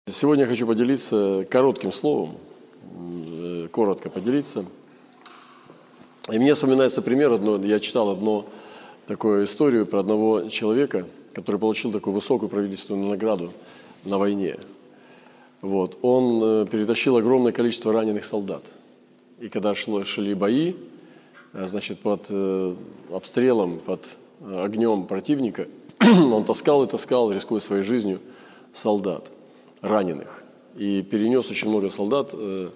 Сегодня я хочу поделиться коротким словом, коротко поделиться. И мне вспоминается пример, я читал одну такую историю про одного человека, который получил такую высокую правительственную награду на войне. Он перетащил огромное количество раненых солдат. И когда шли бои, под обстрелом, под огнем противника, он таскал и таскал, рискуя своей жизнью, солдат раненых. И перенес очень много солдат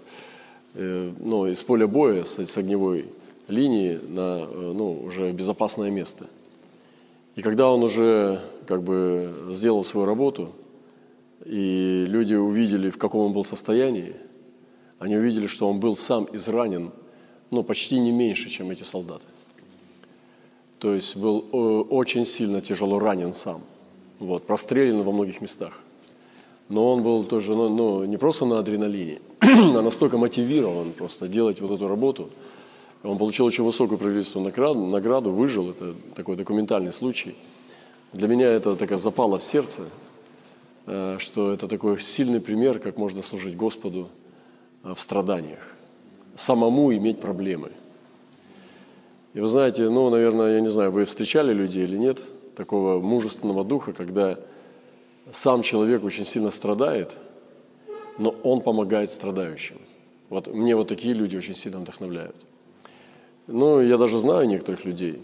из поля боя, с огневой линии на уже безопасное место. И когда он уже сделал свою работу, и люди увидели, в каком он был состоянии, они увидели, что он был сам изранен, почти не меньше, чем эти солдаты. То есть был очень сильно тяжело ранен сам, прострелен во многих местах. Но он был тоже не просто на адреналине, а настолько мотивирован просто делать эту работу. Он получил очень высокую правительственную награду, выжил. Это такой документальный случай. Для меня это такая запала в сердце, что это такой сильный пример, как можно служить Господу в страданиях, самому иметь проблемы. И вы знаете, наверное, я не знаю, вы встречали людей или нет, такого мужественного духа, когда сам человек очень сильно страдает, но он помогает страдающим. Мне такие люди очень сильно вдохновляют. Я даже знаю некоторых людей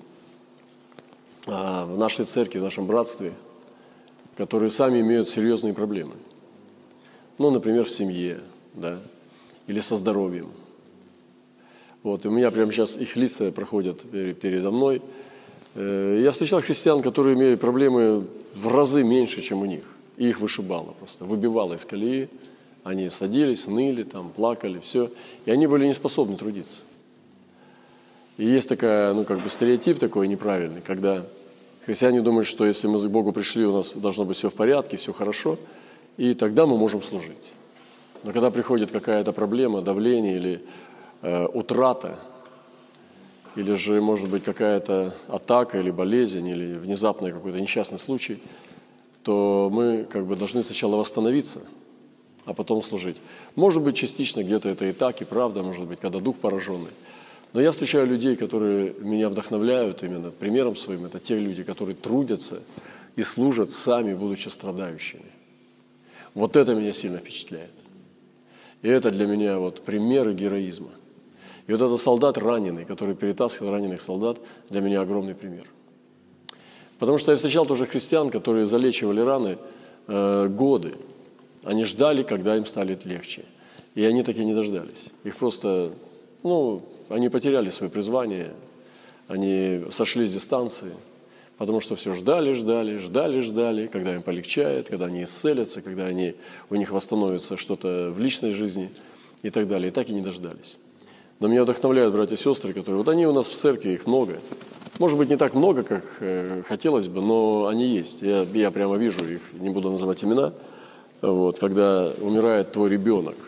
в нашей церкви, в нашем братстве, которые сами имеют серьезные проблемы. Например, в семье, или со здоровьем. И у меня прямо сейчас их лица проходят передо мной. Я встречал христиан, которые имеют проблемы в разы меньше, чем у них. И их вышибало просто, выбивало из колеи. Они садились, ныли, плакали, все. И они были не способны трудиться. И есть такая, стереотип такой неправильный, когда христиане думают, что если мы к Богу пришли, у нас должно быть все в порядке, все хорошо, и тогда мы можем служить. Но когда приходит какая-то проблема, давление или утрата, или же, может быть, какая-то атака или болезнь, или внезапный какой-то несчастный случай, то мы должны сначала восстановиться, а потом служить. Может быть, частично где-то это и так, и правда, может быть, когда дух пораженный. Но я встречаю людей, которые меня вдохновляют именно примером своим. Это те люди, которые трудятся и служат сами, будучи страдающими. Это меня сильно впечатляет. И это для меня примеры героизма. И этот солдат раненый, который перетаскивал раненых солдат, для меня огромный пример. Потому что я встречал тоже христиан, которые залечивали раны годы. Они ждали, когда им станет легче. И они таки не дождались. Их просто, они потеряли свое призвание, они сошли с дистанции, потому что все ждали, когда им полегчает, когда они исцелятся, когда у них восстановится что-то в личной жизни и так далее. И так и не дождались. Но меня вдохновляют братья и сестры, которые, они у нас в церкви, их много. Может быть, не так много, как хотелось бы, но они есть. Я прямо вижу их, не буду называть имена, когда умирает твой ребенок,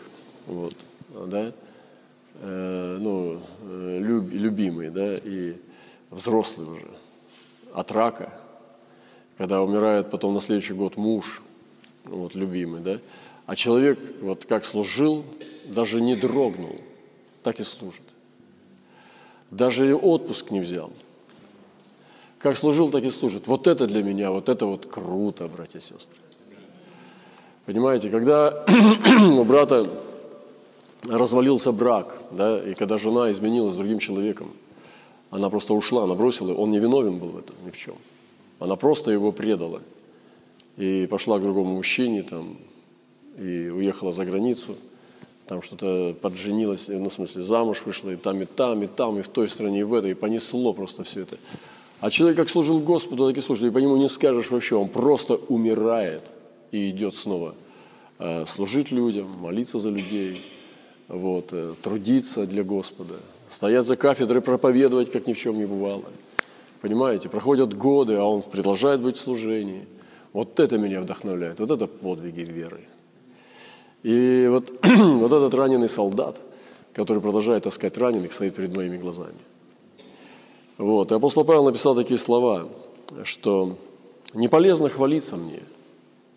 любимый, и взрослый уже, от рака, когда умирает потом на следующий год муж, любимый, а человек, как служил, даже не дрогнул, так и служит. Даже отпуск не взял. Как служил, так и служит. Это для меня, это круто, братья и сестры. Понимаете, когда у брата развалился брак, и когда жена изменилась с другим человеком, она просто ушла, она бросила, он не виновен был в этом ни в чем. Она просто его предала и пошла к другому мужчине, и уехала за границу, там что-то подженилась, замуж вышла, и там, и в той стране, и в этой, и понесло просто все это. А человек как служил Господу, так и служит, и по нему не скажешь вообще, он просто умирает и идет снова служить людям, молиться за людей, трудиться для Господа, стоять за кафедрой, проповедовать, как ни в чем не бывало. Понимаете, проходят годы, а он продолжает быть в служении. Это меня вдохновляет, это подвиги веры. И этот раненый солдат, который продолжает таскать раненых, стоит перед моими глазами. И апостол Павел написал такие слова, что не полезно хвалиться мне,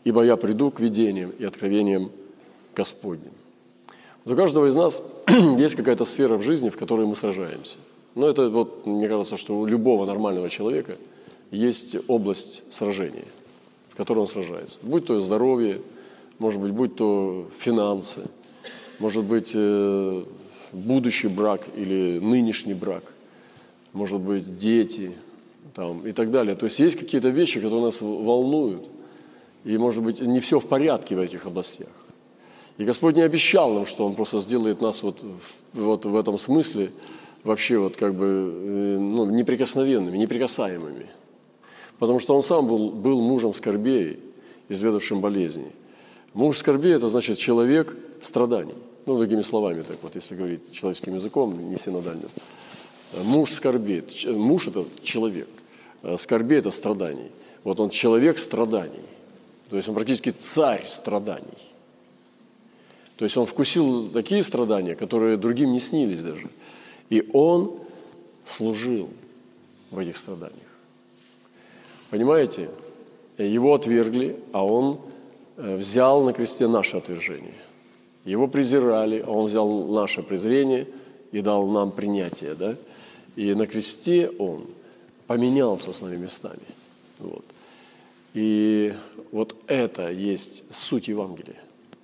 ибо я приду к видениям и откровениям Господним». Вот у каждого из нас есть какая-то сфера в жизни, в которой мы сражаемся. Но это вот, мне кажется, что у любого нормального человека есть область сражения, в которой он сражается. Будь то здоровье, может быть, будь то финансы, может быть, будущий брак или нынешний брак, может быть, дети там, и так далее. То есть есть какие-то вещи, которые нас волнуют, и, может быть, не все в порядке в этих областях. И Господь не обещал нам, что Он просто сделает нас вот в этом смысле вообще вот как бы неприкосновенными, неприкасаемыми. Потому что Он сам был мужем скорбей, изведавшим болезней. Муж скорбей – это значит человек страданий. Ну, другими словами, так вот, если говорить человеческим языком, не синодальным. Муж скорбей. Муж – это человек. Скорбей – это страданий. Вот он человек страданий. То есть он практически царь страданий. То есть он вкусил такие страдания, которые другим не снились даже. И он служил в этих страданиях. Понимаете? Его отвергли, а он взял на кресте наше отвержение. Его презирали, а он взял наше презрение и дал нам принятие. Да? И на кресте он поменялся с нами местами. Вот. И вот это есть суть Евангелия.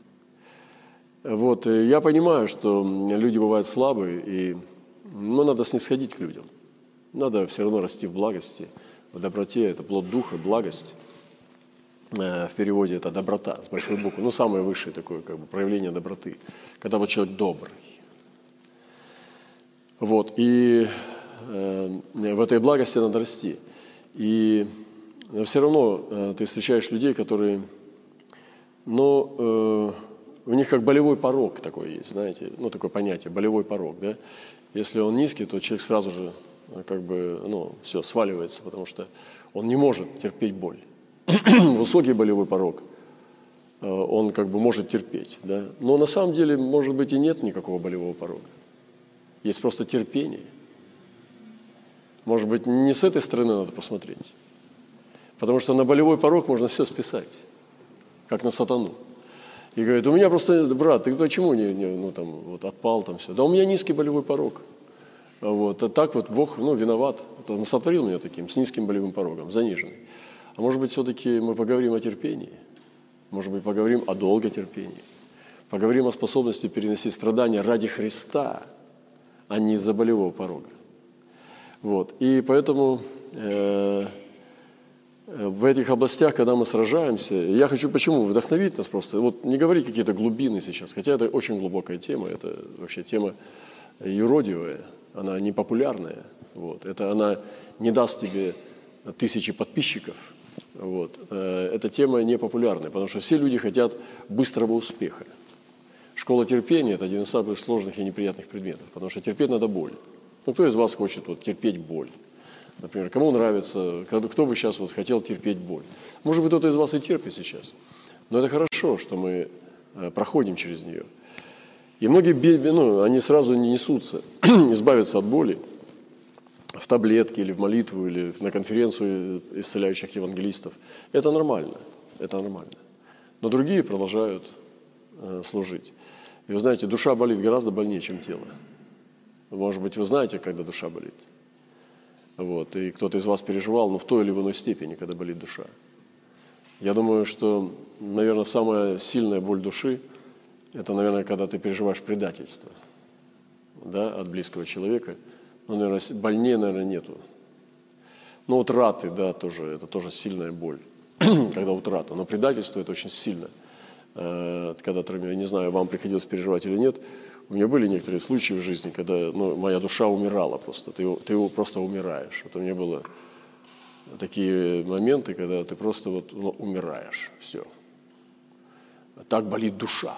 Вот, и я понимаю, что люди бывают слабые, и надо снисходить к людям. Надо все равно расти в благости, в доброте. Это плод духа, благость. В переводе это доброта, с большой буквы. Ну, самое высшее такое как бы, проявление доброты. Когда вот человек добрый. Вот, и в этой благости надо расти. И все равно ты встречаешь людей, которые, у них как болевой порог такой есть, знаете, такое понятие, болевой порог, да. Если он низкий, то человек сразу же как бы, все, сваливается, потому что он не может терпеть боль. Высокий болевой порог, он как бы может терпеть, да. Но на самом деле, может быть, и нет никакого болевого порога. Есть просто терпение. Может быть, не с этой стороны надо посмотреть. Потому что на болевой порог можно все списать, как на сатану. И говорит, у меня просто, брат, ты почему отпал там все? Да у меня низкий болевой порог. Вот, а так вот Бог, виноват. Он сотворил меня таким, с низким болевым порогом, заниженный. А может быть, все-таки мы поговорим о терпении? Может быть, поговорим о долготерпении? Поговорим о способности переносить страдания ради Христа, а не из-за болевого порога. Вот, и поэтому в этих областях, когда мы сражаемся, я хочу почему вдохновить нас просто, вот не говорить какие-то глубины сейчас, хотя это очень глубокая тема, это вообще тема юродивая, она не популярная, вот, это она не даст тебе 1000 подписчиков, вот, эта тема не популярная, потому что все люди хотят быстрого успеха. Школа терпения – это один из самых сложных и неприятных предметов, потому что терпеть надо боль. Кто из вас хочет терпеть боль? Например, кому нравится, кто бы сейчас хотел терпеть боль? Может быть, кто-то из вас и терпит сейчас. Но это хорошо, что мы проходим через нее. И многие, они сразу не несутся, избавиться от боли в таблетке или в молитву, или на конференцию исцеляющих евангелистов. Это нормально, это нормально. Но другие продолжают служить. И вы знаете, душа болит гораздо больнее, чем тело. Может быть, вы знаете, когда душа болит. Вот, и кто-то из вас переживал, в той или иной степени, когда болит душа. Я думаю, что, наверное, самая сильная боль души – это, наверное, когда ты переживаешь предательство, да, от близкого человека. Наверное, больнее, нету. Но утраты, да, это тоже сильная боль, когда утрата. Но предательство – это очень сильно. Когда, я не знаю, вам приходилось переживать или нет, у меня были некоторые случаи в жизни, когда моя душа умирала просто, ты просто умираешь. Вот у меня были такие моменты, когда ты просто умираешь, все. Так болит душа.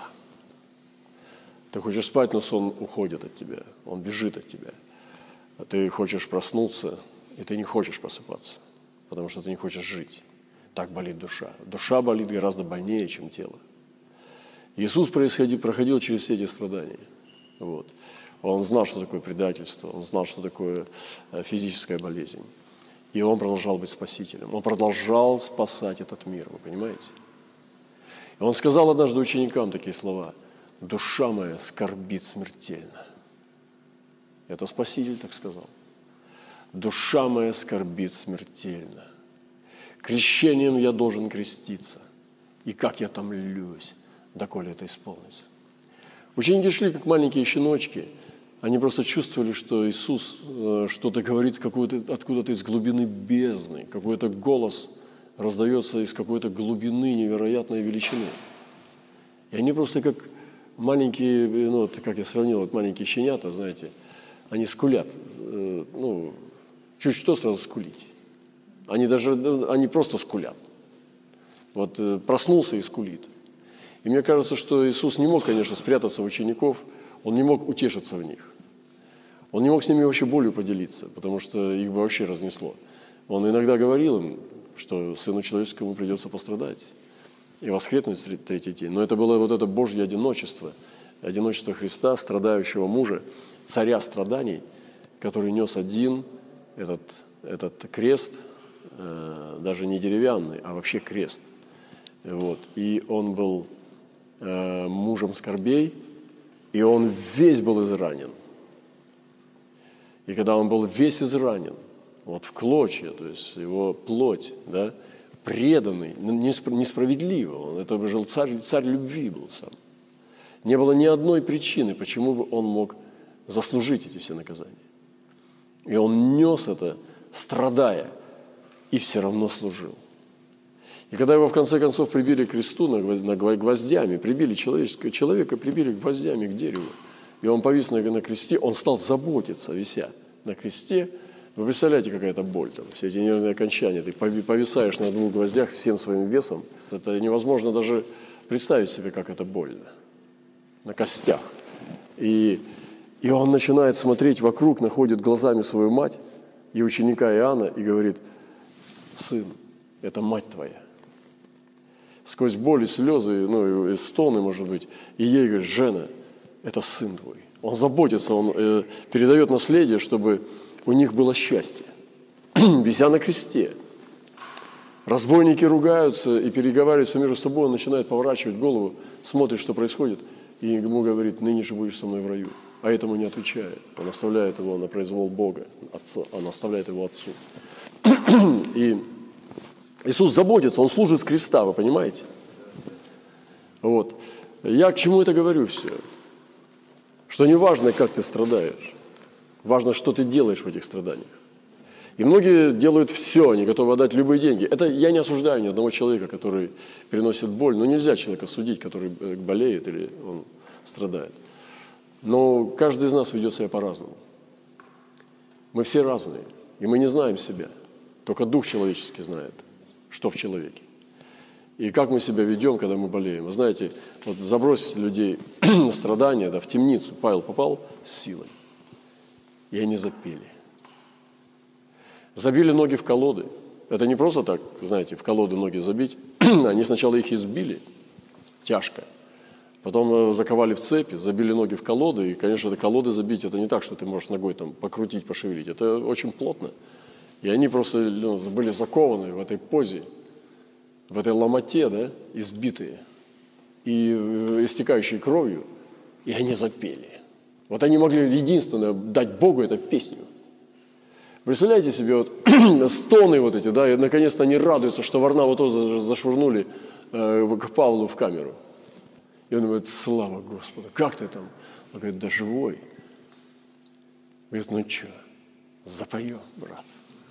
Ты хочешь спать, но сон уходит от тебя, он бежит от тебя. А ты хочешь проснуться, и ты не хочешь просыпаться, потому что ты не хочешь жить. Так болит душа. Душа болит гораздо больнее, чем тело. Иисус проходил через все эти страдания. Вот. Он знал, что такое предательство, он знал, что такое физическая болезнь. И он продолжал быть спасителем. Он продолжал спасать этот мир, вы понимаете? Он сказал однажды ученикам такие слова: «Душа моя скорбит смертельно». Это Спаситель так сказал. «Душа моя скорбит смертельно. Крещением я должен креститься. И как я томлюсь, доколе это исполнится». Ученики шли, как маленькие щеночки. Они просто чувствовали, что Иисус что-то говорит откуда-то из глубины бездны. Какой-то голос раздается из какой-то глубины невероятной величины. И они просто как маленькие, ну, как я сравнил, вот маленькие щенята, знаете, они скулят. Ну, чуть что сразу скулить. Они просто скулят. Вот проснулся и скулит. И мне кажется, что Иисус не мог, конечно, спрятаться в учеников, Он не мог утешиться в них. Он не мог с ними вообще болью поделиться, потому что их бы вообще разнесло. Он иногда говорил им, что Сыну Человеческому придется пострадать и воскреснуть в третий день. Но это было вот это Божье одиночество Христа, страдающего мужа, царя страданий, который нес один этот крест, даже не деревянный, а вообще крест. Вот. И он был мужем скорбей, и он весь был изранен. И когда он был весь изранен, вот в клочья, то есть его плоть, да, преданный, несправедливо, это жил царь любви был сам. Не было ни одной причины, почему бы он мог заслужить эти все наказания. И он нес это, страдая, и все равно служил. И когда его в конце концов прибили к кресту гвоздями, прибили человека прибили гвоздями к дереву, и он повис на кресте, он стал заботиться, вися на кресте. Вы представляете, какая это боль там, все эти нервные окончания, ты повисаешь на 2 гвоздях всем своим весом, это невозможно даже представить себе, как это больно, на костях. И он начинает смотреть вокруг, находит глазами свою мать и ученика Иоанна и говорит: «Сын, это мать твоя». Сквозь боль и слезы, ну и стоны, может быть, и ей говорит: «Жена, это сын твой». Он заботится, он передает наследие, чтобы у них было счастье. Вися на кресте. Разбойники ругаются и переговариваются между собой, он начинает поворачивать голову, смотрит, что происходит, и ему говорит: «Ныне же будешь со мной в раю». А этому не отвечает. Он оставляет его на произвол Бога, Отца, он оставляет его Отцу. И Иисус заботится, Он служит с креста, вы понимаете? Вот. Я к чему это говорю все? Что не важно, как ты страдаешь, важно, что ты делаешь в этих страданиях. И многие делают все, они готовы отдать любые деньги. Это я не осуждаю ни одного человека, который переносит боль, но нельзя человека судить, который болеет или он страдает. Но каждый из нас ведет себя по-разному. Мы все разные, и мы не знаем себя. Только дух человеческий знает, что в человеке. И как мы себя ведем, когда мы болеем. Вы знаете, вот забросить людей на страдания, да, в темницу. Павел попал с силой, и они запели. Забили ноги в колоды. Это не просто так, знаете, в колоды ноги забить. Они сначала их избили тяжко. Потом заковали в цепи, забили ноги в колоды. И, конечно, это колоды забить, это не так, что ты можешь ногой там покрутить, пошевелить. Это очень плотно. И они просто были закованы в этой позе, в этой ломоте, да, избитые и истекающие кровью. И они запели. Вот они могли единственное дать Богу эту песню. Представляете себе, вот стоны вот эти, да, и наконец-то они радуются, что Варнаву зашвырнули к Павлу в камеру. И он говорит: слава Господу, как ты там? Он говорит: да живой. Говорит: ну что, запоем, брат.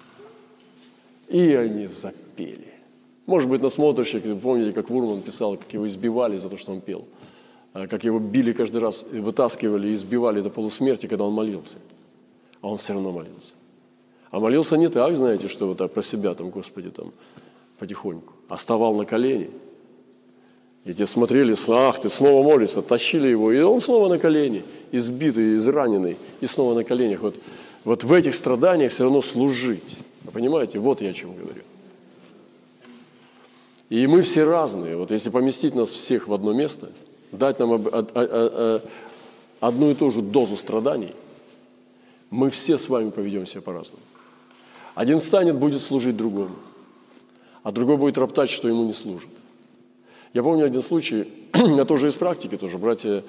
И они запели. Может быть, насмотрщик, помните, как Вурман писал, как его избивали за то, что он пел. Как его били каждый раз, вытаскивали и избивали до полусмерти, когда он молился. А он все равно молился. А молился не так, знаете, что вот так про себя, там, Господи, там, потихоньку. А вставал на колени. И те смотрели: ах, ты снова молишься, тащили его. И он снова на колени, избитый, израненный, и снова на коленях. Вот в этих страданиях все равно служить. Вы понимаете, вот я о чем говорю. И мы все разные. Вот если поместить нас всех в одно место, дать нам одну и ту же дозу страданий, мы все с вами поведем себя по-разному. Один встанет, будет служить другому, а другой будет роптать, что ему не служит. Я помню один случай, я тоже из практики, тоже братья,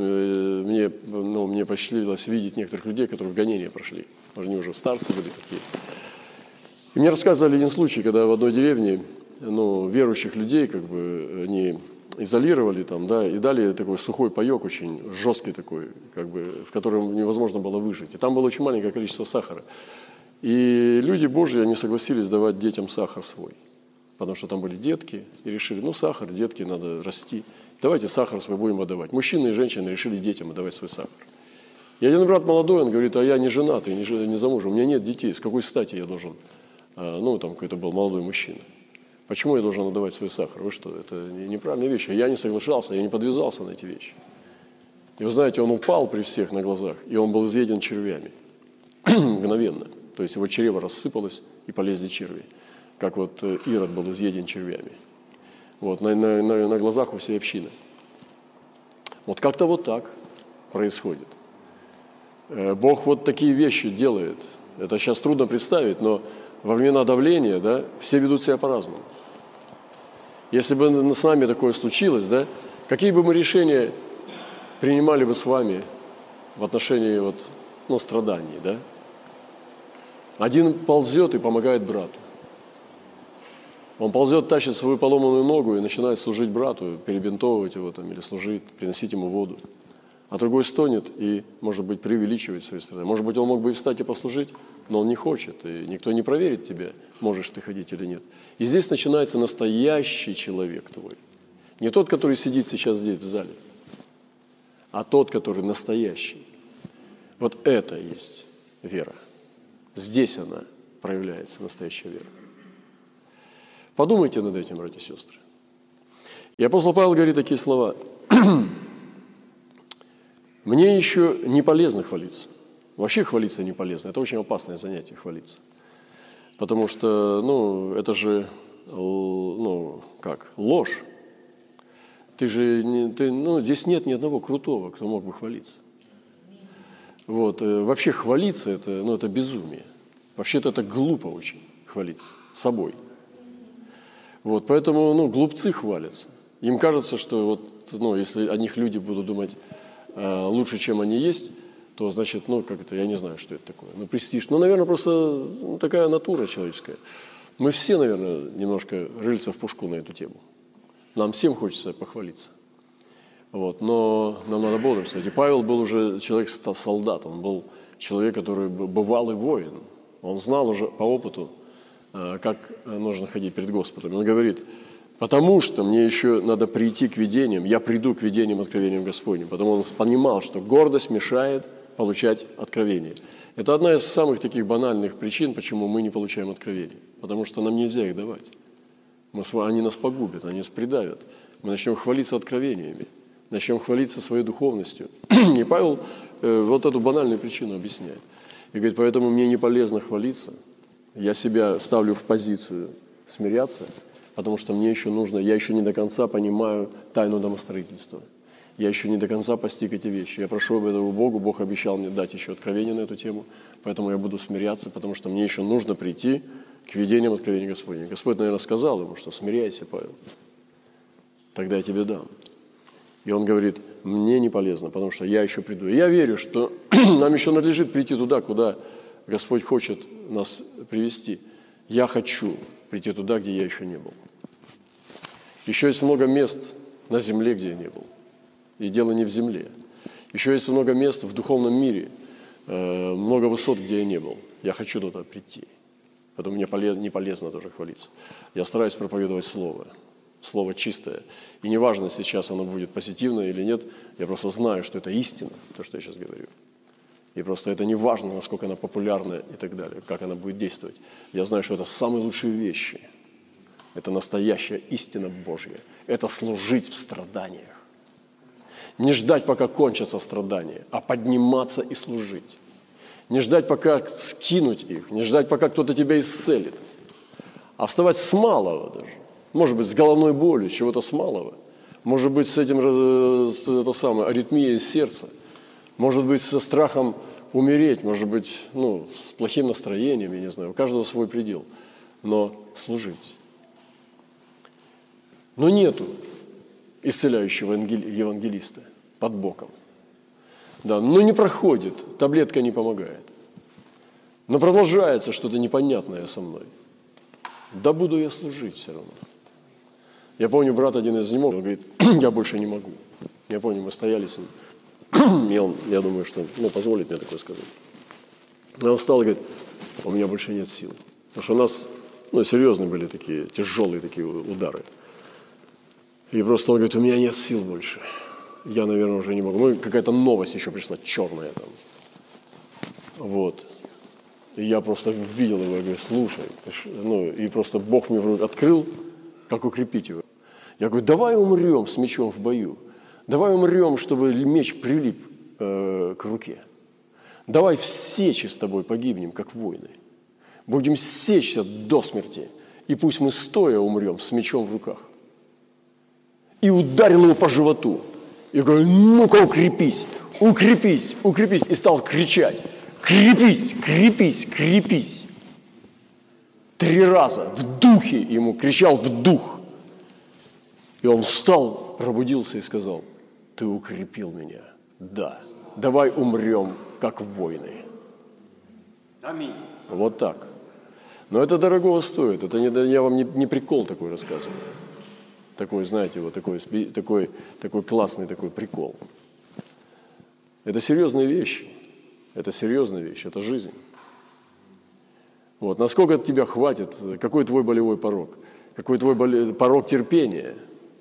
мне посчастливилось видеть некоторых людей, которые в гонение прошли. Они уже старцы были такие. И мне рассказывали один случай, когда в одной деревне, верующих людей, они изолировали там, да, и дали такой сухой паек, очень жесткий такой, в котором невозможно было выжить. И там было очень маленькое количество сахара. И люди Божьи, они согласились давать детям сахар свой. Потому что там были детки, и решили, сахар, детки, надо расти. Давайте сахар свой будем отдавать. Мужчины и женщины решили детям отдавать свой сахар. И один брат молодой, он говорит, а я не женатый, не замужем, у меня нет детей, с какой стати я должен, там какой-то был молодой мужчина. Почему я должен отдавать свой сахар? Вы что, это неправильная вещь. Я не соглашался, я не подвязался на эти вещи. И вы знаете, он упал при всех на глазах, и он был изъеден червями. Мгновенно. То есть его чрево рассыпалось, и полезли черви. Как вот Ирод был изъеден червями. Вот, на глазах у всей общины. Вот как-то вот так происходит. Бог вот такие вещи делает. Это сейчас трудно представить, но во времена давления, да, все ведут себя по-разному. Если бы с нами такое случилось, да, какие бы мы решения принимали бы с вами в отношении страданий, да? Один ползет и помогает брату. Он ползет, тащит свою поломанную ногу и начинает служить брату, перебинтовывать его там, или служить, приносить ему воду. А другой стонет и, может быть, преувеличивает свои страдания. Может быть, он мог бы и встать и послужить, но он не хочет, и никто не проверит тебя, можешь ты ходить или нет. И здесь начинается настоящий человек твой. Не тот, который сидит сейчас здесь в зале, а тот, который настоящий. Вот это и есть вера. Здесь она проявляется, настоящая вера. Подумайте над этим, братья и сестры. И апостол Павел говорит такие слова. Мне еще не полезно хвалиться. Вообще хвалиться не полезно. Это очень опасное занятие, хвалиться. Потому что, это же, ложь. Здесь нет ни одного крутого, кто мог бы хвалиться. Вот, вообще хвалиться, это безумие. Вообще-то это глупо очень, хвалиться собой. Вот, поэтому, глупцы хвалятся. Им кажется, что если о них люди будут думать лучше, чем они есть, то, значит, я не знаю, что это такое. Престиж. Наверное, просто такая натура человеческая. Мы все, наверное, немножко рыльца в пушку на эту тему. Нам всем хочется похвалиться. Вот, но нам надо бодрствовать. И Павел был уже человек-солдат, он был человек, который бывалый воин. Он знал уже по опыту, как нужно ходить перед Господом. Он говорит, потому что мне еще надо прийти к видениям, я приду к видениям, откровениям Господним. Потому он понимал, что гордость мешает получать откровения. Это одна из самых таких банальных причин, почему мы не получаем откровения. Потому что нам нельзя их давать. Они нас погубят, они нас придавят. Мы начнем хвалиться откровениями, начнем хвалиться своей духовностью. И Павел вот эту банальную причину объясняет. И говорит, поэтому мне не полезно хвалиться. Я себя ставлю в позицию смиряться, потому что мне еще нужно, я еще не до конца понимаю тайну домостроительства. Я еще не до конца постиг эти вещи. Я прошу об этом у Бога, Бог обещал мне дать еще откровение на эту тему, поэтому я буду смиряться, потому что мне еще нужно прийти к видениям откровения Господня. Господь, наверное, сказал ему, что смиряйся, Павел, тогда я тебе дам. И он говорит, мне не полезно, потому что я еще приду. И я верю, что нам еще надлежит прийти туда, куда Господь хочет нас привести. Я хочу прийти туда, где я еще не был. Еще есть много мест на земле, где я не был. И дело не в земле. Еще есть много мест в духовном мире, много высот, где я не был. Я хочу туда прийти. Поэтому мне не полезно тоже хвалиться. Я стараюсь проповедовать Слово. Слово чистое. И неважно, сейчас оно будет позитивное или нет, я просто знаю, что это истина, то, что я сейчас говорю. И просто это не важно, насколько она популярна и так далее, как она будет действовать. Я знаю, что это самые лучшие вещи. Это настоящая истина Божья. Это служить в страданиях. Не ждать, пока кончатся страдания, а подниматься и служить. Не ждать, пока скинуть их, не ждать, пока кто-то тебя исцелит, а вставать с малого даже. Может быть, с головной болью, с чего-то с малого. Может быть, с аритмией сердца. Может быть, со страхом умереть. Может быть, с плохим настроением, я не знаю. У каждого свой предел. Но служить. Но нету исцеляющего евангелиста под боком. Да, но не проходит, таблетка не помогает. Но продолжается что-то непонятное со мной. Да буду я служить все равно. Я помню, брат один из него, он говорит, я больше не могу. Я помню, мы стояли с ним, и он, я думаю, что позволит мне такое сказать. Но он встал и говорит, у меня больше нет сил. Потому что у нас серьезные были такие, тяжелые такие удары. И просто он говорит, у меня нет сил больше. Я, наверное, уже не могу. Какая-то новость еще пришла, черная там. Вот. И я просто видел его, я говорю, слушай. И просто Бог мне открыл, как укрепить его. Я говорю, давай умрем с мечом в бою. Давай умрем, чтобы меч прилип к руке. Давай в сече с тобой погибнем, как воины. Будем сечься до смерти. И пусть мы стоя умрем с мечом в руках. И ударил его по животу. И говорю, ну-ка укрепись, укрепись, укрепись. И стал кричать, крепись, крепись, крепись. 3 раза в духе ему кричал в дух. И он встал, пробудился и сказал, ты укрепил меня. Да, давай умрем, как воины. Аминь. Вот так. Но это дорогого стоит. Это я вам не прикол такой рассказываю. Такой, знаете, вот такой классный такой прикол. Это серьезные вещи. Это серьезная вещь, это жизнь. Вот. Насколько от тебя хватит, какой твой болевой порог? Какой твой порог терпения?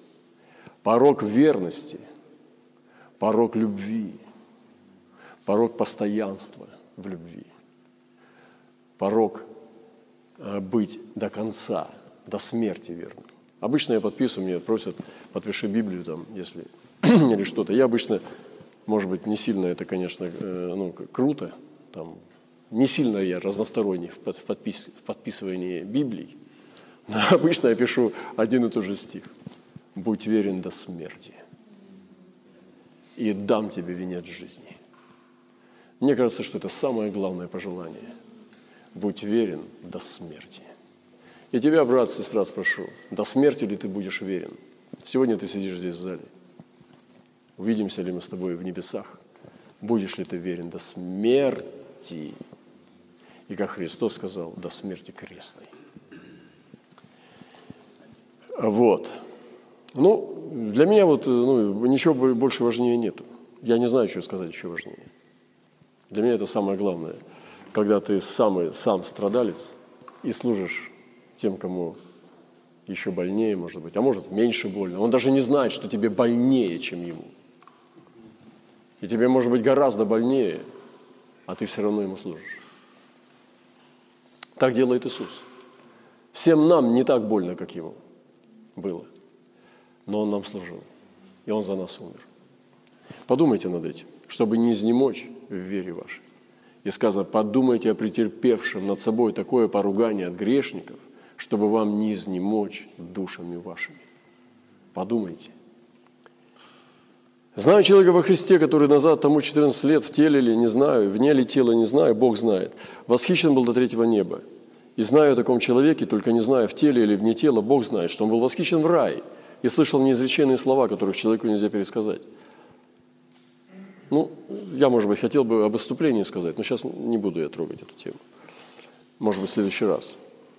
Порог верности? Порог любви? Порог постоянства в любви? Порог быть до конца, до смерти верным? Обычно я подписываю, мне просят, подпиши Библию, там, если или что-то. Я обычно, может быть, не сильно это, конечно, круто, там, не сильно я разносторонний в подписывании Библии, но обычно я пишу один и тот же стих. «Будь верен до смерти, и дам тебе венец жизни». Мне кажется, что это самое главное пожелание. Будь верен до смерти. И тебя, брат, сестра, спрошу, до смерти ли ты будешь верен? Сегодня ты сидишь здесь в зале. Увидимся ли мы с тобой в небесах? Будешь ли ты верен до смерти? И как Христос сказал, до смерти крестной. Вот. Для меня ничего больше важнее нету. Я не знаю, что сказать еще важнее. Для меня это самое главное. Когда ты сам страдалец и служишь тем, кому еще больнее, может быть, а может, меньше больно. Он даже не знает, что тебе больнее, чем ему. И тебе, может быть, гораздо больнее, а ты все равно ему служишь. Так делает Иисус. Всем нам не так больно, как ему было. Но он нам служил, и он за нас умер. Подумайте над этим, чтобы не изнемочь в вере вашей. И сказано, подумайте о претерпевшем над собой такое поругание от грешников, чтобы вам не изнемочь душами вашими. Подумайте. Знаю человека во Христе, который назад тому 14 лет в теле ли, не знаю, вне ли тела, не знаю, Бог знает. Восхищен был до 3-го неба. И знаю о таком человеке, только не знаю, в теле или вне тела, Бог знает, что он был восхищен в рай и слышал неизреченные слова, которых человеку нельзя пересказать. Я, может быть, хотел бы об отступлении сказать, но сейчас не буду я трогать эту тему. Может быть, в следующий раз.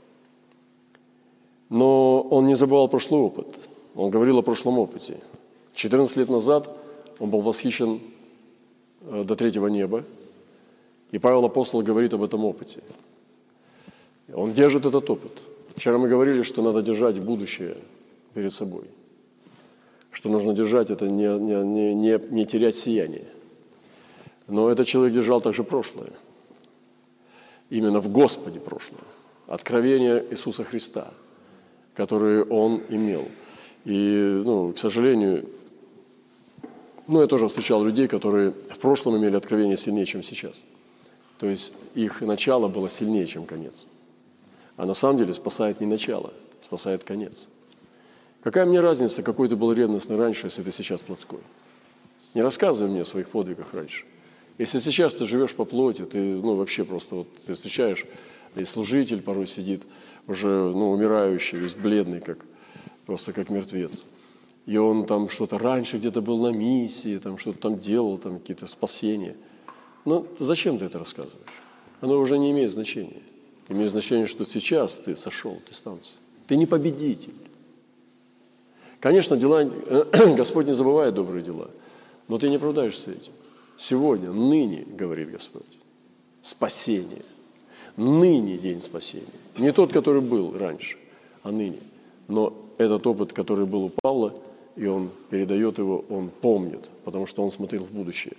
Но он не забывал прошлый опыт. Он говорил о прошлом опыте. 14 лет назад он был восхищен до 3-го неба. И Павел Апостол говорит об этом опыте. Он держит этот опыт. Вчера мы говорили, что надо держать будущее перед собой. Что нужно держать, это не терять сияние. Но этот человек держал также прошлое. Именно в Господе прошлое. Откровение Иисуса Христа, которые он имел. И, к сожалению, я тоже встречал людей, которые в прошлом имели откровение сильнее, чем сейчас. То есть их начало было сильнее, чем конец. А на самом деле спасает не начало, спасает конец. Какая мне разница, какой ты был ревностный раньше, если ты сейчас плотской? Не рассказывай мне о своих подвигах раньше. Если сейчас ты живешь по плоти, ты, вообще просто ты встречаешь, и служитель порой сидит, уже, умирающий, весь бледный, просто как мертвец. и он там что-то раньше где-то был на миссии, там что-то там делал, там какие-то спасения. Но зачем ты это рассказываешь? Оно уже не имеет значения. Имеет значение, что сейчас ты сошел с дистанции. Ты не победитель. Конечно, дела, Господь не забывает добрые дела, но ты не оправдаешься этим. Сегодня, ныне, говорит Господь, спасение. Ныне день спасения. Не тот, который был раньше, а ныне. Но этот опыт, который был у Павла, и он передает его, он помнит, потому что он смотрел в будущее.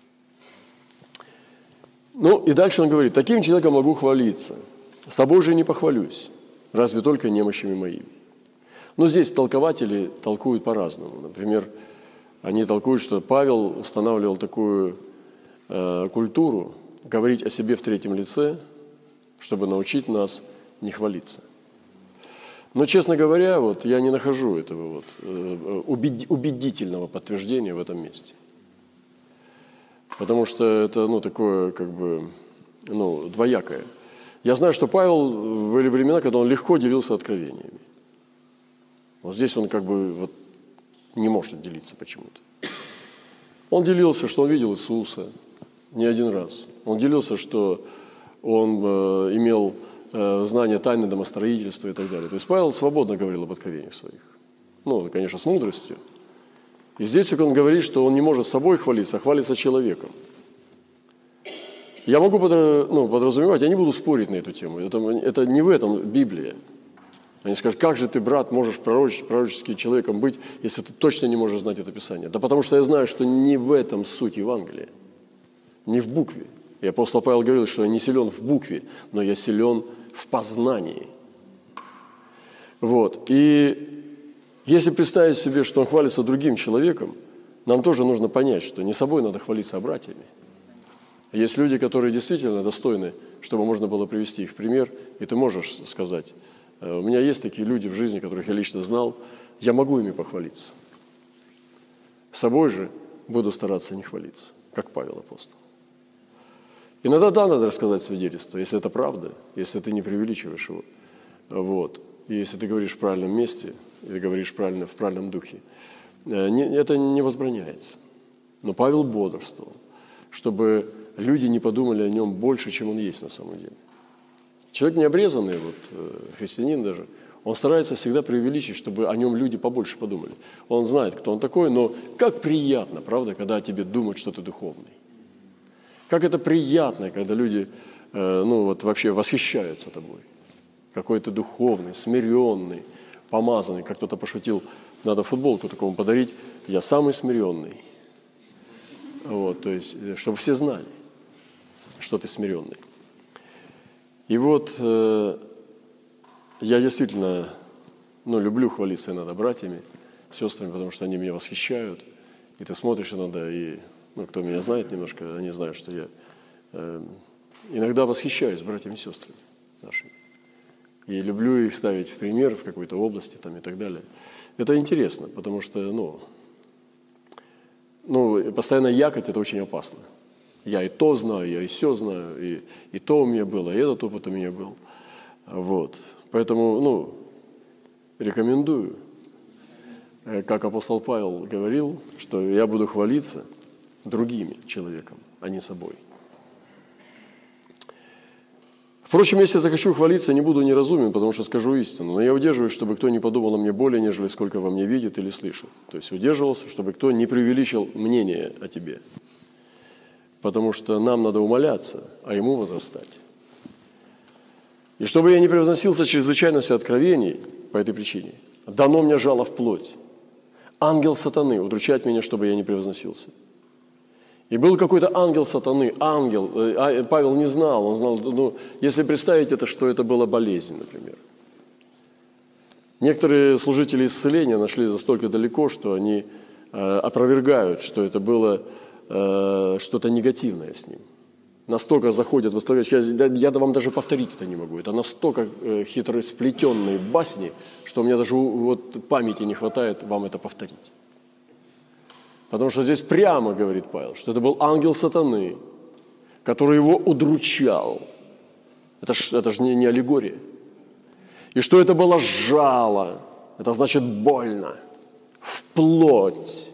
Ну и дальше он говорит: таким человеком могу хвалиться, собой же не похвалюсь, разве только немощами моими. Но здесь толкователи толкуют по-разному. Например, они толкуют, что Павел устанавливал такую культуру говорить о себе в третьем лице, чтобы научить нас не хвалиться. Но, честно говоря, вот я не нахожу этого убедительного подтверждения в этом месте. Потому что это, такое, двоякое. Я знаю, что Павел были времена, когда он легко делился откровениями. Вот здесь он не может делиться почему-то. Он делился, что он видел Иисуса не один раз. Он делился, что он имел знание тайны домостроительства и так далее. То есть Павел свободно говорил об откровениях своих. Конечно, с мудростью. И здесь он говорит, что он не может собой хвалиться, а хвалится человеком. Я могу подразумевать, я не буду спорить на эту тему. Это не в этом Библия. Они скажут: как же ты, брат, можешь пророческим человеком быть, если ты точно не можешь знать это Писание? Да потому что я знаю, что не в этом суть Евангелия, не в букве. И апостол Павел говорил, что я не силен в букве, но я силен в познании. И если представить себе, что он хвалится другим человеком, нам тоже нужно понять, что не собой надо хвалиться, а братьями. Есть люди, которые действительно достойны, чтобы можно было привести их в пример, и ты можешь сказать: у меня есть такие люди в жизни, которых я лично знал, я могу ими похвалиться. Собой же буду стараться не хвалиться, как Павел апостол. Иногда надо рассказать свидетельство, если это правда, если ты не преувеличиваешь его. И если ты говоришь в правильном месте, или говоришь правильно в правильном духе, это не возбраняется. Но Павел бодрствовал, чтобы люди не подумали о нем больше, чем он есть на самом деле. Человек необрезанный, христианин даже, он старается всегда преувеличить, чтобы о нем люди побольше подумали. Он знает, кто он такой, но как приятно, правда, когда о тебе думают, что ты духовный. Как это приятно, когда люди вообще восхищаются тобой. Какой ты духовный, смиренный, помазанный. Как кто-то пошутил, надо футболку такому подарить: я самый смиренный. То есть, чтобы все знали, что ты смиренный. И я действительно люблю хвалиться иногда братьями, сестрами, потому что они меня восхищают. И ты смотришь иногда, и кто меня знает немножко, они знают, что я иногда восхищаюсь братьями и сестрами нашими. И люблю их ставить в пример в какой-то области и так далее. Это интересно, потому что, постоянно якать – это очень опасно. Я и то знаю, я и сё знаю, и то у меня было, и этот опыт у меня был. Поэтому, рекомендую, как апостол Павел говорил, что я буду хвалиться другими человеком, а не собой. Впрочем, если захочу хвалиться, не буду неразумен, потому что скажу истину, но я удерживаюсь, чтобы кто не подумал о мне более, нежели сколько во мне видит или слышит. То есть удерживался, чтобы кто не преувеличил мнение о тебе. Потому что нам надо умоляться, а ему возрастать. И чтобы я не превозносился чрезвычайностью откровений по этой причине, дано мне жало в плоть. Ангел сатаны удручает меня, чтобы я не превозносился. И был какой-то ангел сатаны, Павел не знал, он знал, если представить это, что это была болезнь, например. Некоторые служители исцеления нашли настолько далеко, что они опровергают, что это было что-то негативное с ним. Настолько заходят в историю, я вам даже повторить это не могу. Это настолько хитросплетенные басни, что у меня даже памяти не хватает вам это повторить. Потому что здесь прямо говорит Павел, что это был ангел сатаны, который его удручал. Это ж не аллегория. И что это было жало, это значит больно, в плоть.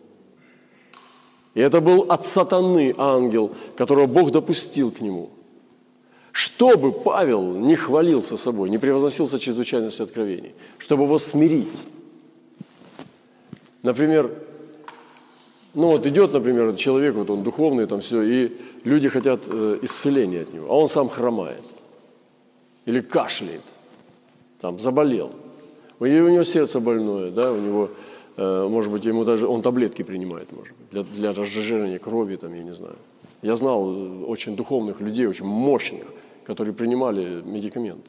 И это был от сатаны ангел, которого Бог допустил к нему. Чтобы Павел не хвалился собой, не превозносился чрезвычайностью откровений, чтобы его смирить. Например, идет, например, человек, он духовный, там все, и люди хотят исцеления от него, а он сам хромает. Или кашляет, там, заболел. У него сердце больное, да, у него, может быть, ему даже, он таблетки принимает, может быть, для разжижения крови, там, я не знаю. Я знал очень духовных людей, очень мощных, которые принимали медикаменты.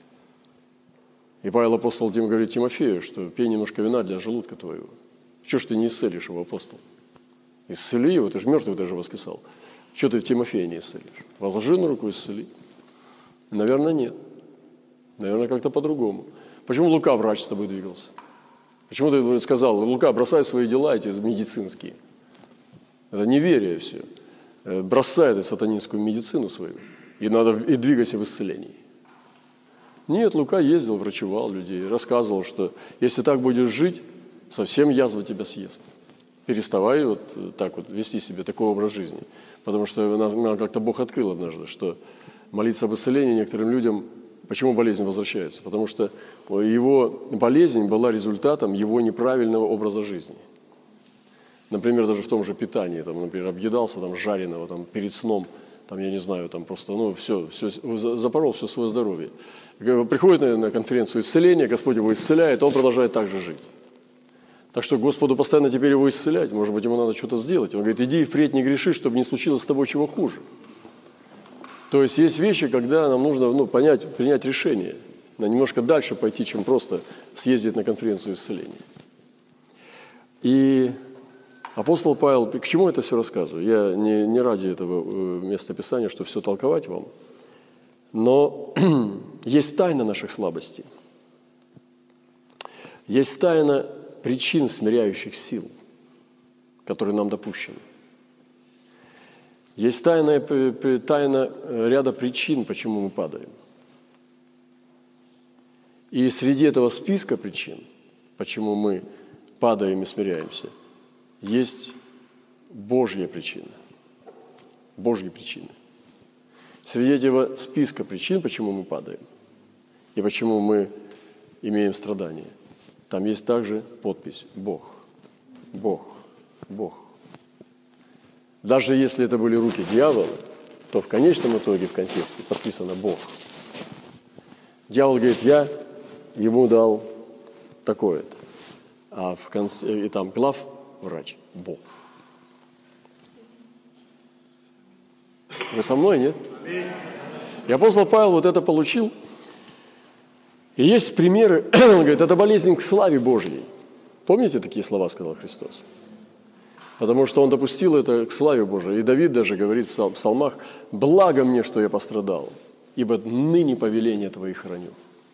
И Павел апостол Тим говорит Тимофею, что пей немножко вина для желудка твоего. Чего ж ты не исцелишь его, апостол? Исцели его, ты же мертвых даже воскресал. Чего ты в Тимофея не исцелишь? Возложи на руку, исцели. Наверное, нет. Наверное, как-то по-другому. Почему Лука, врач, с тобой двигался? Почему ты сказал, Лука, бросай свои дела эти медицинские? Это неверие все. Бросай эту сатанинскую медицину свою. И двигайся в исцелении. Нет, Лука ездил, врачевал людей, рассказывал, что если так будешь жить, совсем язва тебя съест. Переставай вот так вот вести себе такой образ жизни. Потому что нам как-то Бог открыл однажды, что молиться об исцелении некоторым людям, почему болезнь возвращается? Потому что его болезнь была результатом его неправильного образа жизни. Например, даже в том же питании, там, например, объедался там, жареного там, перед сном, там, я не знаю, там просто, все, запорол все свое здоровье. Приходит на конференцию исцеления, Господь его исцеляет, а он продолжает так же жить. Так что Господу постоянно теперь его исцелять, может быть, ему надо что-то сделать. Он говорит, иди впредь не греши, чтобы не случилось с тобой чего хуже. То есть есть вещи, когда нам нужно принять решение, немножко дальше пойти, чем просто съездить на конференцию исцеления. И апостол Павел, к чему это все рассказываю? Я не ради этого места Писания, чтобы все толковать вам, но есть тайна наших слабостей. Есть тайна причин смиряющих сил, которые нам допущены. Есть тайна ряда причин, почему мы падаем. И среди этого списка причин, почему мы падаем и смиряемся, есть Божья причина. Божьи причины. Среди этого списка причин, почему мы падаем и почему мы имеем страдания, там есть также подпись «Бог». Бог. Бог. Даже если это были руки дьявола, то в конечном итоге в контексте подписано «Бог». Дьявол говорит, я ему дал такое-то. А в конце, и там главврач – Бог. Вы со мной, нет? И апостол Павел вот это получил. И есть примеры, он говорит, это болезнь к славе Божьей. Помните, такие слова сказал Христос? Потому что он допустил это к славе Божией. И Давид даже говорит в псалмах, благо мне, что я пострадал, ибо ныне повеление Твои храню.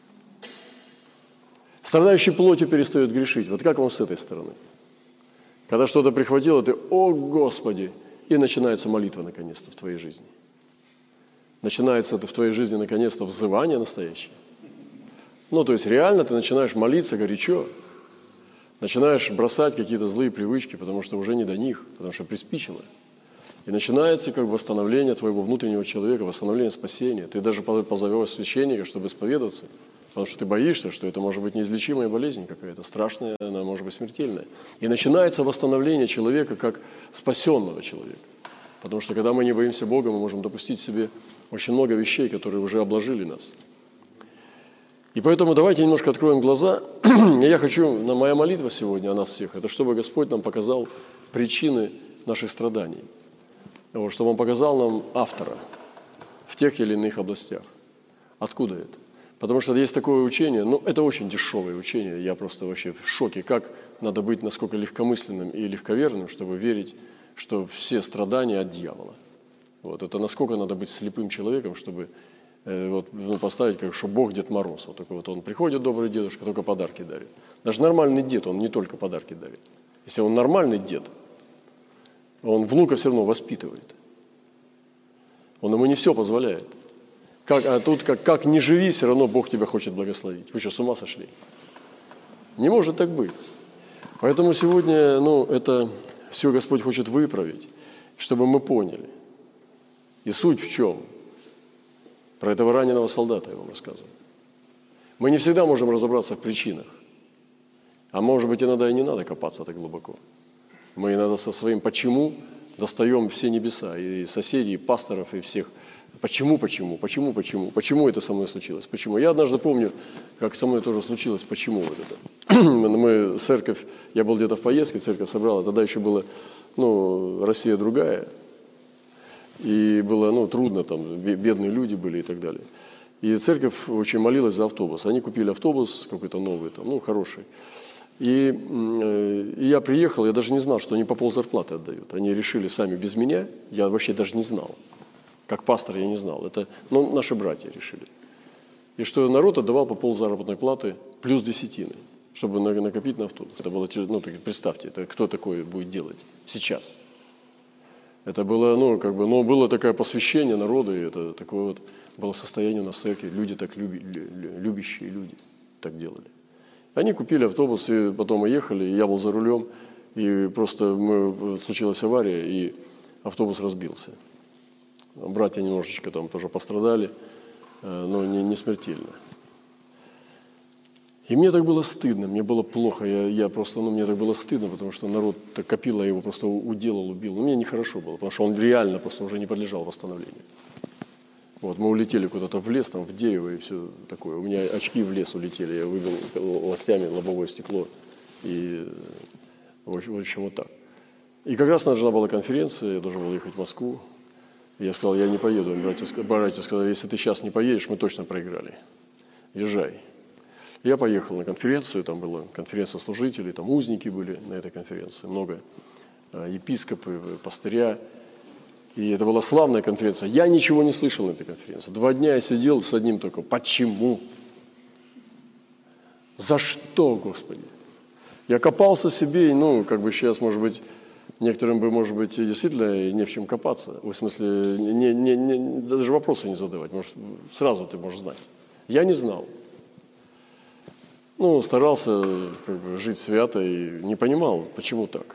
Страдающий плотью перестает грешить. Вот как вам с этой стороны? Когда что-то прихватило, ты, о Господи, и начинается молитва наконец-то в твоей жизни. Начинается в твоей жизни наконец-то взывание настоящее. То есть реально ты начинаешь молиться горячо, начинаешь бросать какие-то злые привычки, потому что уже не до них, потому что приспичило. И начинается восстановление твоего внутреннего человека, восстановление спасения. Ты даже позовешь священника, чтобы исповедоваться, потому что ты боишься, что это может быть неизлечимая болезнь какая-то, страшная, она может быть смертельная. И начинается восстановление человека как спасенного человека. Потому что когда мы не боимся Бога, мы можем допустить себе очень много вещей, которые уже обложили нас. И поэтому давайте немножко откроем глаза. Я хочу, моя молитва сегодня о нас всех, это чтобы Господь нам показал причины наших страданий. Чтобы Он показал нам автора в тех или иных областях. Откуда это? Потому что есть такое учение, это очень дешевое учение, я просто вообще в шоке, как надо быть насколько легкомысленным и легковерным, чтобы верить, что все страдания от дьявола. Это насколько надо быть слепым человеком, чтобы поставить, что Бог Дед Мороз. Такой он приходит, добрый дедушка, только подарки дарит. Даже нормальный дед, он не только подарки дарит. Если он нормальный дед, он внука все равно воспитывает. Он ему не все позволяет. А тут как ни живи, все равно Бог тебя хочет благословить. Вы что, с ума сошли? Не может так быть. Поэтому сегодня, это все Господь хочет выправить, чтобы мы поняли. И суть в чем? Про этого раненого солдата я вам рассказывал. Мы не всегда можем разобраться в причинах. А может быть, иногда и не надо копаться так глубоко. Мы иногда со своим «почему» достаем все небеса, и соседей, и пасторов, и всех. Почему это со мной случилось? Почему? Я однажды помню, как со мной тоже случилось, почему вот это. Мы церковь, я был где-то в поездке, церковь собрала, тогда еще была, Россия другая. И было, трудно, там, бедные люди были и так далее. И церковь очень молилась за автобус. Они купили автобус какой-то новый, там, хороший. И я приехал, я даже не знал, что они по ползарплаты отдают. Они решили сами без меня, я вообще даже не знал. Как пастор я не знал. Это наши братья решили. И что народ отдавал по ползаработной платы плюс десятины, чтобы накопить на автобус. Это было, представьте, это кто такое будет делать сейчас? Это было, было такое посвящение народа, и это такое вот было состояние у нас в церкви. Люди так любящие люди так делали. Они купили автобус, и потом мы ехали, и я был за рулем, и просто случилась авария, и автобус разбился. Братья немножечко там тоже пострадали, но не смертельно. И мне так было стыдно, мне было плохо, я просто, мне так было стыдно, потому что народ так копил, а его просто уделал, убил. Мне нехорошо было, потому что он реально просто уже не подлежал восстановлению. Вот, мы улетели куда-то в лес, там, в дерево и все такое. У меня очки в лес улетели, я выбил локтями лобовое стекло. И, в общем, вот так. И как раз должна была конференция, я должен был ехать в Москву. Я сказал, я не поеду. Братья сказали, если ты сейчас не поедешь, мы точно проиграли. Езжай. Я поехал на конференцию, там была конференция служителей, там узники были на этой конференции, много епископы, пастыря. И это была славная конференция. Я ничего не слышал на этой конференции. 2 дня я сидел с одним только. Почему? За что, Господи? Я копался в себе, и, сейчас, может быть, некоторым бы, может быть, действительно не в чем копаться. В смысле, даже вопросы не задавать. Может, сразу ты можешь знать. Я не знал. Старался жить свято и не понимал, почему так.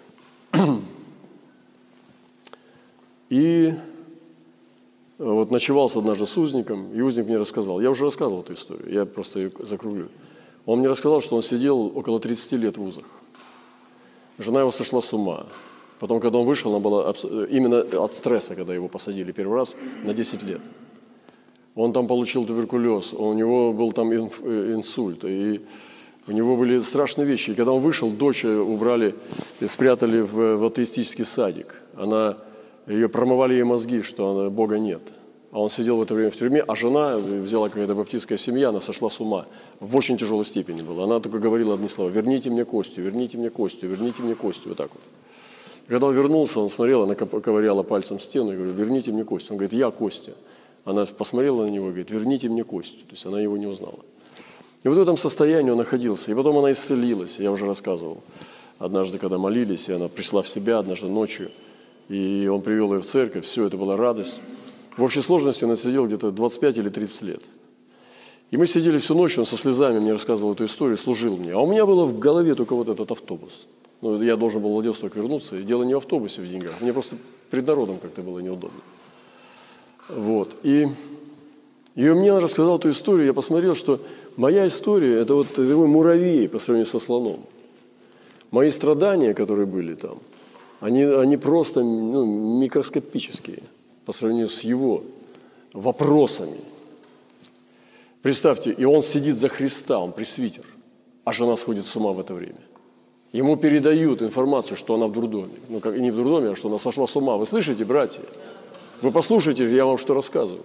И вот ночевался однажды с узником, и узник мне рассказал. Я уже рассказывал эту историю, я просто ее закруглю. Он мне рассказал, что он сидел около 30 лет в вузах. Жена его сошла с ума. Потом, когда он вышел, она была именно от стресса, когда его посадили первый раз, на 10 лет. Он там получил туберкулез, у него был там инсульт, и у него были страшные вещи. И когда он вышел, дочь убрали и спрятали в атеистический садик. Ее промывали ей мозги, что Бога нет. А он сидел в это время в тюрьме, а жена, взяла какая-то баптистская семья, она сошла с ума. В очень тяжелой степени была. Она только говорила одни слова: верните мне Костю, верните мне Костю, верните мне Костю. Вот так вот. И когда он вернулся, он смотрел, она ковыряла пальцем стену и говорит: верните мне Костю. Он говорит: я Костя. Она посмотрела на него и говорит: верните мне Костю. То есть она его не узнала. И вот в этом состоянии он находился. И потом она исцелилась, я уже рассказывал. Однажды, когда молились, и она пришла в себя однажды ночью, и он привел ее в церковь, все, это была радость. В общей сложности он сидел где-то 25 или 30 лет. И мы сидели всю ночь, он со слезами мне рассказывал эту историю, служил мне. А у меня было в голове только вот этот автобус. Я должен был в Владивосток вернуться, и дело не в автобусе, в деньгах. Мне просто перед народом как-то было неудобно. Вот. И он мне рассказал эту историю, я посмотрел, что моя история – это вот такой муравей по сравнению со слоном. Мои страдания, которые были там, они просто микроскопические по сравнению с его вопросами. Представьте, и он сидит за Христа, он пресвитер, а жена сходит с ума в это время. Ему передают информацию, что она в дурдоме. Не в дурдоме, а что она сошла с ума. Вы слышите, братья? Вы послушайте, я вам что рассказываю.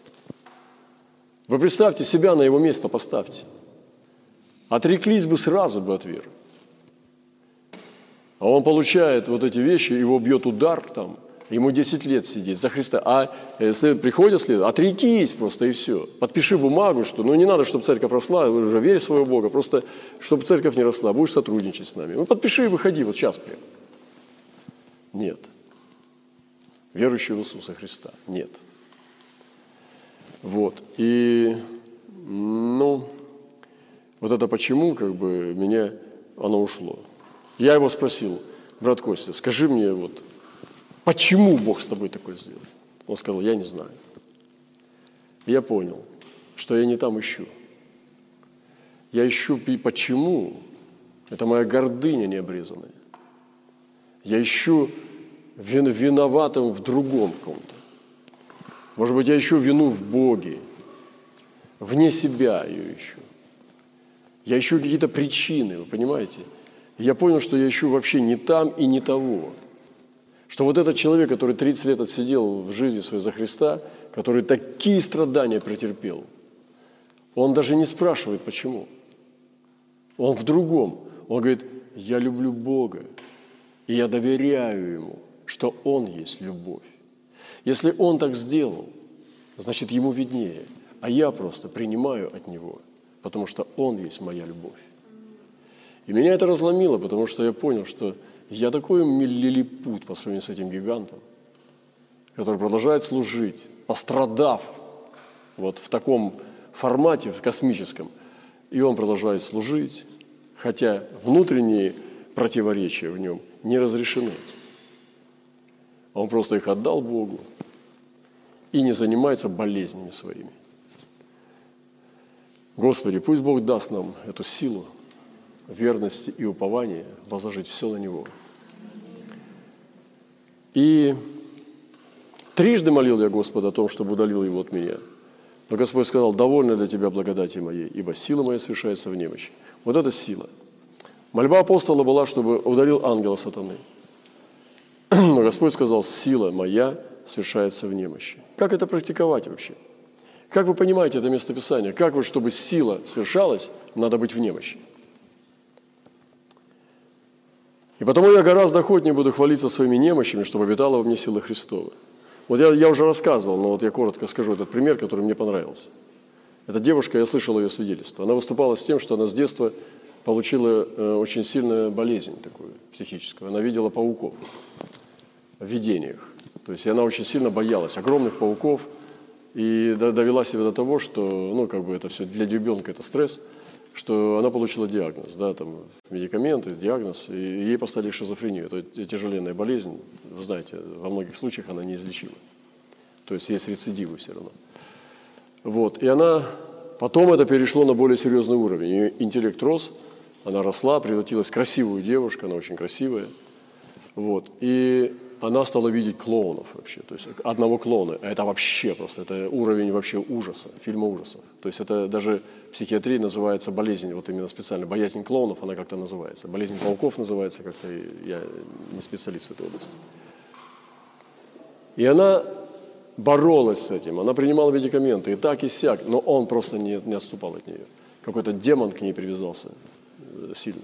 Вы представьте себя, на его место поставьте. Отреклись бы сразу бы от веры. А он получает вот эти вещи, его бьет удар там, ему 10 лет сидеть за Христа. А если приходят следует, отрекись просто и все. Подпиши бумагу, что не надо, чтобы церковь росла, уже верь в своего Бога, просто чтобы церковь не росла, будешь сотрудничать с нами. Подпиши и выходи, вот сейчас прям. Нет. Верующий в Иисуса Христа. Нет. Вот. И, вот это почему, меня оно ушло. Я его спросил: брат Костя, скажи мне, вот, почему Бог с тобой такое сделал? Он сказал: я не знаю. И я понял, что я не там ищу. Я ищу почему. Это моя гордыня необрезанная. Я ищу виноватым в другом ком-то. Может быть, я ищу вину в Боге. Вне себя ее ищу. Я ищу какие-то причины, вы понимаете? И я понял, что я ищу вообще не там и не того. Что вот этот человек, который 30 лет отсидел в жизни своей за Христа, который такие страдания претерпел, он даже не спрашивает, почему. Он в другом. Он говорит: я люблю Бога, и я доверяю Ему, что Он есть любовь. Если Он так сделал, значит, Ему виднее, а я просто принимаю от Него, потому что Он есть моя любовь. И меня это разломило, потому что я понял, что я такой лилипут по сравнению с этим гигантом, который продолжает служить, пострадав вот в таком формате, в космическом, и он продолжает служить, хотя внутренние противоречия в нем не разрешены. Он просто их отдал Богу и не занимается болезнями своими. Господи, пусть Бог даст нам эту силу верности и упования возложить все на Него. И трижды молил я Господа о том, чтобы удалил его от меня. Но Господь сказал: довольно для тебя благодати моей, ибо сила моя совершается в немощи. Вот это сила. Мольба апостола была, чтобы удалил ангела сатаны. Но Господь сказал: сила моя совершается в немощи. Как это практиковать вообще? Как вы понимаете это местописание? Как вот, чтобы сила совершалась, надо быть в немощи? И потому я гораздо охотнее буду хвалиться своими немощами, чтобы обитала во мне сила Христова. Вот я уже рассказывал, но вот я коротко скажу этот пример, который мне понравился. Эта девушка, я слышал ее свидетельство. Она выступала с тем, что она с детства получила очень сильную болезнь такую психическую. Она видела пауков в видениях. То есть она очень сильно боялась огромных пауков и довела себя до того, что, это все для ребенка это стресс, что она получила диагноз, там медикаменты, диагноз, и ей поставили шизофрению. Это тяжеленная болезнь, вы знаете, во многих случаях она неизлечима. То есть есть рецидивы все равно. Вот, и она, потом это перешло на более серьезный уровень. Ее интеллект рос, она росла, превратилась в красивую девушку, она очень красивая. Вот, и она стала видеть клоунов вообще, то есть одного клоуна. Это вообще просто, это уровень вообще ужаса, фильма ужасов. То есть это даже в психиатрии называется болезнь, вот именно специально, боязнь клоунов, она как-то называется. Болезнь пауков называется как-то, я не специалист в этой области. И она боролась с этим, она принимала медикаменты, и так, и сяк, но он просто не отступал от нее. Какой-то демон к ней привязался сильно.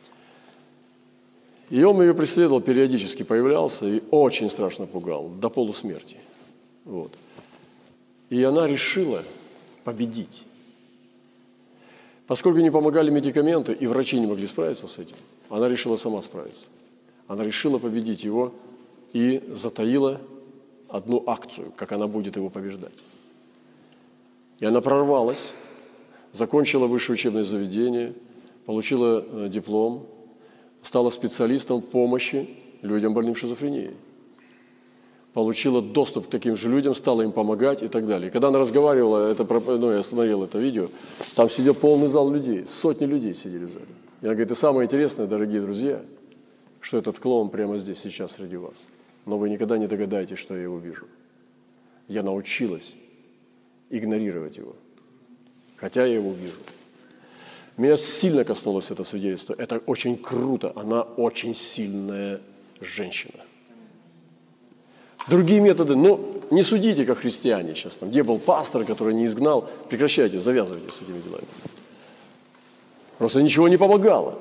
И он ее преследовал, периодически появлялся и очень страшно пугал, до полусмерти. Вот. И она решила победить. Поскольку не помогали медикаменты, и врачи не могли справиться с этим, она решила сама справиться. Она решила победить его и затаила одну акцию, как она будет его побеждать. И она прорвалась, закончила высшее учебное заведение, получила диплом, стала специалистом помощи людям, больным шизофренией. Получила доступ к таким же людям, стала им помогать и так далее. И когда она разговаривала, я смотрел это видео, там сидел полный зал людей, сотни людей сидели в зале. И она говорит: и самое интересное, дорогие друзья, что этот клоун прямо здесь, сейчас среди вас. Но вы никогда не догадаетесь, что я его вижу. Я научилась игнорировать его, хотя я его вижу. Меня сильно коснулось это свидетельство. Это очень круто. Она очень сильная женщина. Другие методы, не судите, как христиане сейчас. Где был пастор, который не изгнал. Прекращайте, завязывайте с этими делами. Просто ничего не помогало.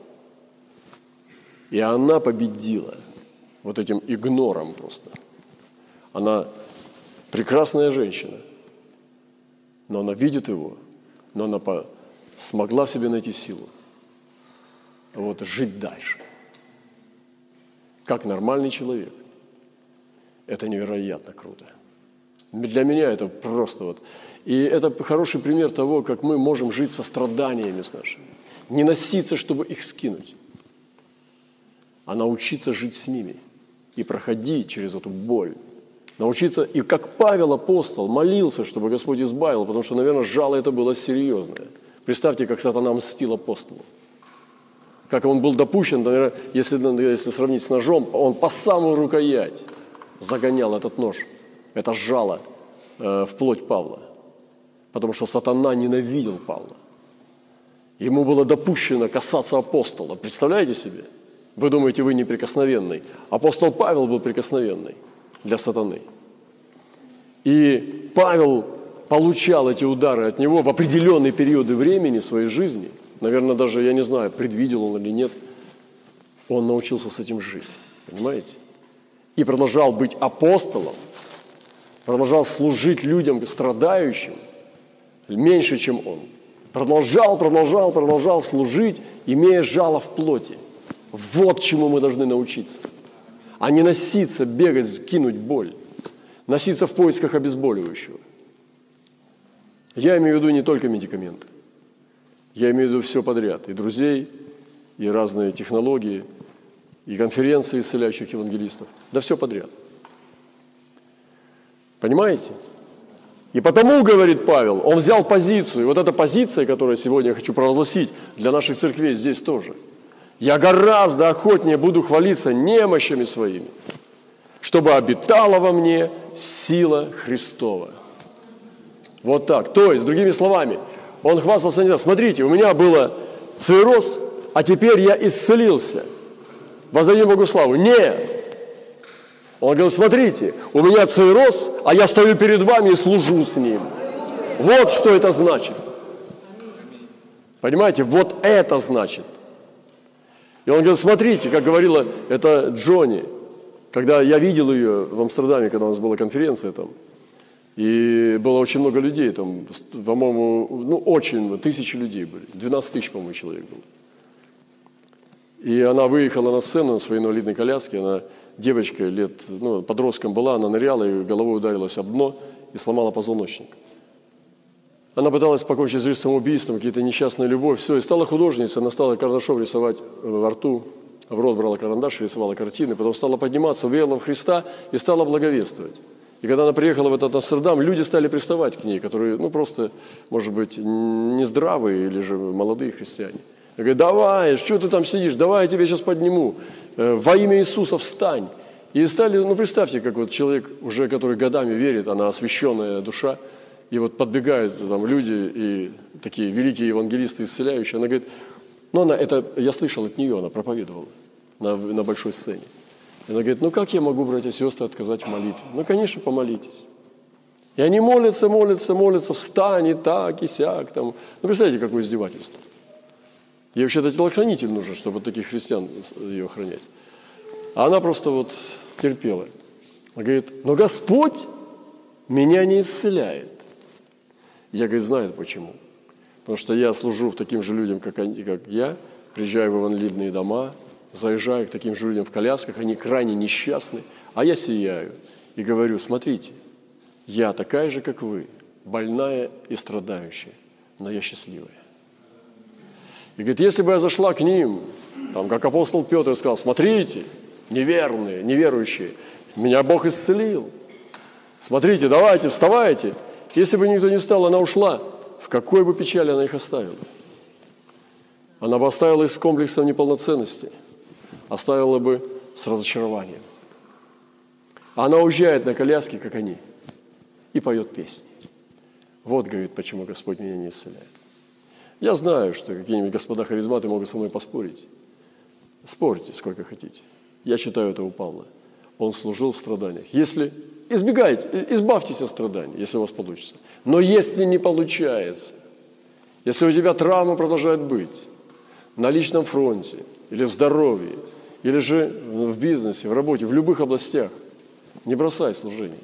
И она победила вот этим игнором просто. Она прекрасная женщина, но она видит его, но она смогла в себе найти силу жить дальше. Как нормальный человек. Это невероятно круто. Для меня это просто И это хороший пример того, как мы можем жить со страданиями с нашими. Не носиться, чтобы их скинуть. а научиться жить с ними и проходить через эту боль. Научиться, и как Павел апостол молился, чтобы Господь избавил, потому что, наверное, жало это было серьезное. Представьте, как сатана мстил апостолу. Как он был допущен, наверное, если сравнить с ножом, он по самую рукоять загонял этот нож, это жало в плоть Павла. Потому что сатана ненавидел Павла. Ему было допущено касаться апостола. Представляете себе? Вы думаете, вы неприкосновенный. Апостол Павел был прикосновенный для сатаны. И Павел получал эти удары от него в определенные периоды времени в своей жизни. Наверное, даже, я не знаю, предвидел он или нет. Он научился с этим жить. Понимаете? И продолжал быть апостолом. Продолжал служить людям страдающим. Меньше, чем он. Продолжал служить, имея жало в плоти. Вот чему мы должны научиться. А не носиться, бегать, кинуть боль. Носиться в поисках обезболивающего. Я имею в виду не только медикаменты. Я имею в виду все подряд. И друзей, и разные технологии, и конференции исцеляющих евангелистов. Да все подряд. Понимаете? И потому, говорит Павел, он взял позицию. И вот эта позиция, которую сегодня я хочу провозгласить для наших церквей здесь тоже. Я гораздо охотнее буду хвалиться немощами своими, чтобы обитала во мне сила Христова. Вот так. То есть, другими словами, он хвастался не так. Смотрите, у меня был склероз, а теперь я исцелился. Воздадим Богу славу. Нет. Он говорит, смотрите, у меня склероз, а я стою перед вами и служу с ним. Вот что это значит. Понимаете, вот это значит. И он говорит, смотрите, как говорила это Джонни, когда я видел ее в Амстердаме, когда у нас была конференция там, и было очень много людей, там, по-моему, очень, 1000 людей были, 12 000, по-моему, человек было. И она выехала на сцену на своей инвалидной коляске, она девочка подростком была, она ныряла и головой ударилась об дно и сломала позвоночник. Она пыталась покончить с жизнью самоубийством, какие-то несчастные любовь, все, и стала художницей, она стала карандашом рисовать во рту, в рот брала карандаш, рисовала картины, потом стала подниматься, верила в Христа и стала благовествовать. И когда она приехала в этот Амстердам, люди стали приставать к ней, которые, просто, может быть, нездравые или же молодые христиане. Она говорит, давай, что ты там сидишь, давай я тебя сейчас подниму, во имя Иисуса встань. И стали, представьте, как вот человек, уже который годами верит, она освященная душа, и вот подбегают там люди и такие великие евангелисты, исцеляющие. Она говорит, я слышал от нее, она проповедовала на большой сцене. Она говорит, как я могу, братья и сестры, отказать в молитве? Конечно, помолитесь. И они молятся, встань и так, и сяк. Там. Представляете, какое издевательство. Ей вообще-то телохранитель нужен, чтобы таких христиан ее охранять. А она просто терпела. Она говорит, но Господь меня не исцеляет. Я, говорит, знаю почему. Потому что я служу таким же людям, как я, приезжаю в инвалидные дома, заезжаю к таким же людям в колясках, они крайне несчастны, а я сияю и говорю, смотрите, я такая же, как вы, больная и страдающая, но я счастливая. И говорит, если бы я зашла к ним, как апостол Петр сказал, смотрите, неверные, неверующие, меня Бог исцелил. Смотрите, давайте, вставайте. Если бы никто не встал, она ушла. В какой бы печали она их оставила? Она бы оставила их с комплексом неполноценности. Оставила бы с разочарованием. Она уезжает на коляске, как они, и поет песни. Вот, говорит, почему Господь меня не исцеляет. Я знаю, что какие-нибудь господа харизматы могут со мной поспорить. Спорьте, сколько хотите. Я читаю это у Павла. Он служил в страданиях. Если избавьтесь от страданий, если у вас получится. Но если не получается, если у тебя травмы продолжают быть на личном фронте, или в здоровье, или же в бизнесе, в работе, в любых областях, не бросай служение.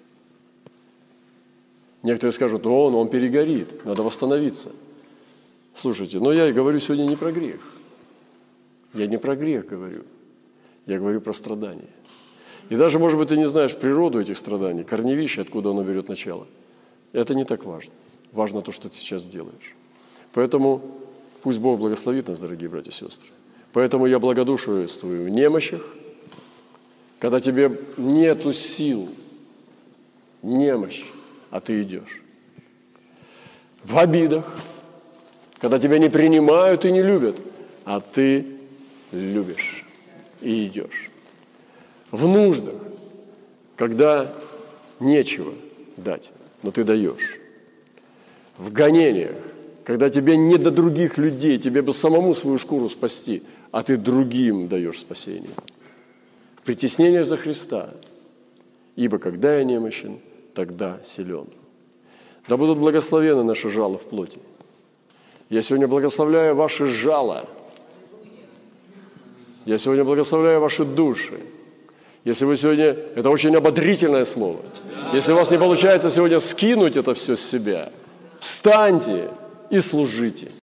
Некоторые скажут, он перегорит, надо восстановиться. Слушайте, я говорю сегодня не про грех. Я не про грех говорю. Я говорю про страдания. И даже, может быть, ты не знаешь природу этих страданий, корневище, откуда оно берет начало. Это не так важно. Важно то, что ты сейчас делаешь. Поэтому пусть Бог благословит нас, дорогие братья и сестры. Поэтому я благодушествую в немощах, когда тебе нету сил, немощь, а ты идешь. В обидах, когда тебя не принимают и не любят, а ты любишь и идешь. В нуждах, когда нечего дать, но ты даешь. В гонениях, когда тебе не до других людей, тебе бы самому свою шкуру спасти, а ты другим даешь спасение. В притеснениях за Христа, ибо когда я немощен, тогда силен. Да будут благословены наши жала в плоти. Я сегодня благословляю ваши жала. Я сегодня благословляю ваши души. Если вы сегодня... Это очень ободрительное слово. Если у вас не получается сегодня скинуть это все с себя, встаньте и служите.